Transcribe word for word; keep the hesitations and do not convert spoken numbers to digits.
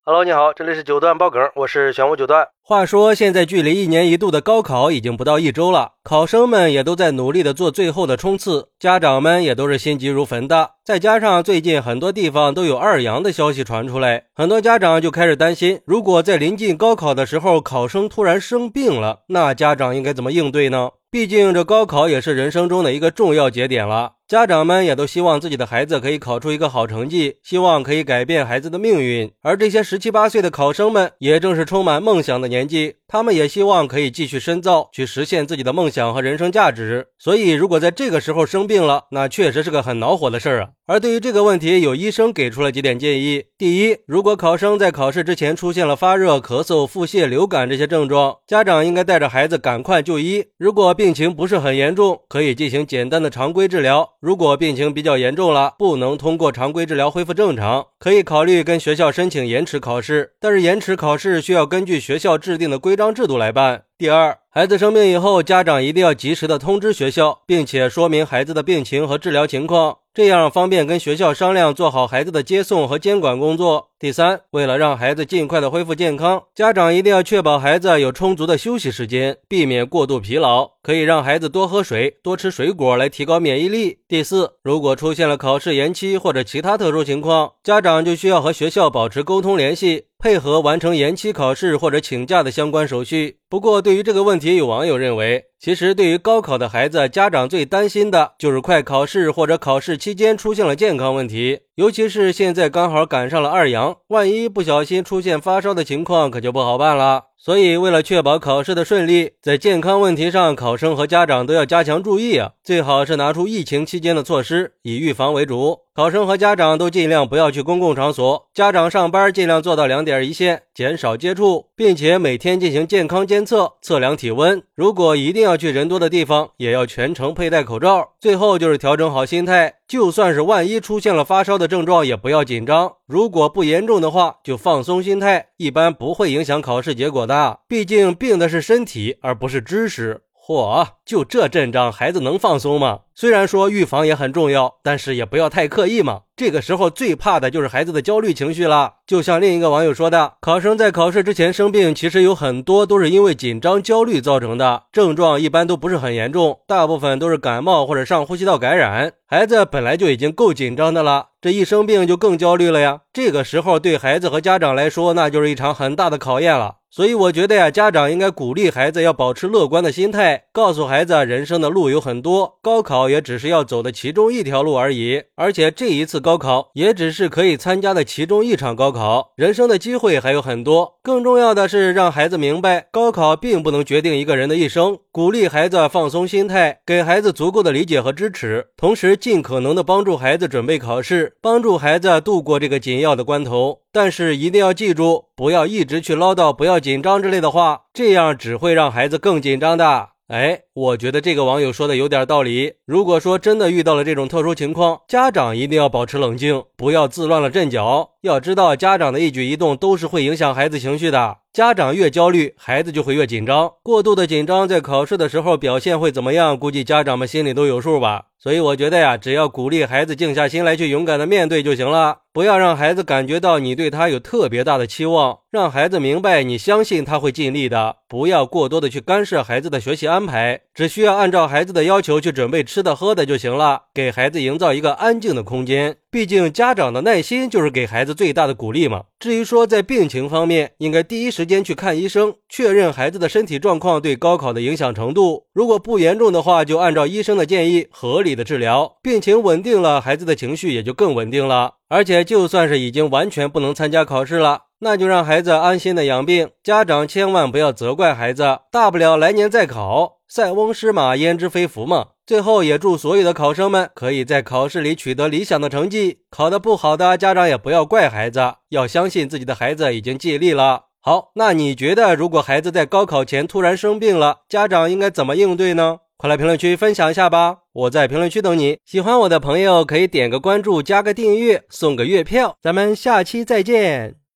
Hello， 你好，这里是九段爆梗，我是玄武九段。话说现在距离一年一度的高考已经不到一周了，考生们也都在努力的做最后的冲刺，家长们也都是心急如焚的。再加上最近很多地方都有二阳的消息传出来，很多家长就开始担心，如果在临近高考的时候考生突然生病了，那家长应该怎么应对呢？毕竟这高考也是人生中的一个重要节点了，家长们也都希望自己的孩子可以考出一个好成绩，希望可以改变孩子的命运。而这些十七八岁的考生们也正是充满梦想的年纪，他们也希望可以继续深造，去实现自己的梦想和人生价值。所以如果在这个时候生病了，那确实是个很恼火的事儿啊。而对于这个问题，有医生给出了几点建议。第一，如果考生在考试之前出现了发热、咳嗽、腹泻、流感这些症状，家长应该带着孩子赶快就医。如果病情不是很严重，可以进行简单的常规治疗。如果病情比较严重了，不能通过常规治疗恢复正常，可以考虑跟学校申请延迟考试，但是延迟考试需要根据学校制定的规章制度来办。第二，孩子生病以后，家长一定要及时的通知学校，并且说明孩子的病情和治疗情况，这样方便跟学校商量做好孩子的接送和监管工作。第三，为了让孩子尽快的恢复健康，家长一定要确保孩子有充足的休息时间，避免过度疲劳，可以让孩子多喝水，多吃水果来提高免疫力。第四，如果出现了考试延期或者其他特殊情况，家长就需要和学校保持沟通联系，配合完成延期考试或者请假的相关手续。不过对于这个问题，有网友认为，其实对于高考的孩子，家长最担心的就是快考试或者考试期间出现了健康问题，尤其是现在刚好赶上了二阳，万一不小心出现发烧的情况，可就不好办了。所以为了确保考试的顺利，在健康问题上，考生和家长都要加强注意啊，最好是拿出疫情期间的措施，以预防为主。考生和家长都尽量不要去公共场所，家长上班尽量做到两点一线，减少接触，并且每天进行健康监测，测量体温。如果一定要去人多的地方，也要全程佩戴口罩。最后就是调整好心态，就算是万一出现了发烧的症状，也不要紧张，如果不严重的话，就放松心态，一般不会影响考试结果的。毕竟病的是身体，而不是知识。嚯，就这阵仗，孩子能放松吗？虽然说预防也很重要，但是也不要太刻意嘛。这个时候最怕的就是孩子的焦虑情绪了。就像另一个网友说的，考生在考试之前生病，其实有很多都是因为紧张焦虑造成的，症状一般都不是很严重，大部分都是感冒或者上呼吸道感染。孩子本来就已经够紧张的了，这一生病就更焦虑了呀。这个时候对孩子和家长来说，那就是一场很大的考验了。所以我觉得呀，家长应该鼓励孩子要保持乐观的心态，告诉孩子人生的路有很多，高考也只是要走的其中一条路而已。而且这一次高考也只是可以参加的其中一场高考，人生的机会还有很多。更重要的是让孩子明白，高考并不能决定一个人的一生，鼓励孩子放松心态，给孩子足够的理解和支持，同时尽可能的帮助孩子准备考试，帮助孩子度过这个紧要的关头。但是一定要记住，不要一直去唠叨不要紧张之类的话，这样只会让孩子更紧张的。哎，我觉得这个网友说的有点道理。如果说真的遇到了这种特殊情况，家长一定要保持冷静，不要自乱了阵脚。要知道，家长的一举一动都是会影响孩子情绪的。家长越焦虑，孩子就会越紧张。过度的紧张在考试的时候表现会怎么样，估计家长们心里都有数吧。所以我觉得呀，只要鼓励孩子静下心来去勇敢的面对就行了，不要让孩子感觉到你对他有特别大的期望，让孩子明白你相信他会尽力的。不要过多的去干涉孩子的学习安排，只需要按照孩子的要求去准备吃的喝的就行了，给孩子营造一个安静的空间。毕竟家长的耐心就是给孩子最大的鼓励嘛。至于说在病情方面，应该第一时间去看医生，确认孩子的身体状况对高考的影响程度。如果不严重的话，就按照医生的建议合理的治疗。病情稳定了，孩子的情绪也就更稳定了。而且就算是已经完全不能参加考试了，那就让孩子安心的养病，家长千万不要责怪孩子，大不了来年再考，塞翁失马焉知非福嘛。最后也祝所有的考生们可以在考试里取得理想的成绩，考得不好的家长也不要怪孩子，要相信自己的孩子已经尽力了。好，那你觉得如果孩子在高考前突然生病了，家长应该怎么应对呢？快来评论区分享一下吧，我在评论区等你。喜欢我的朋友可以点个关注，加个订阅，送个月票，咱们下期再见。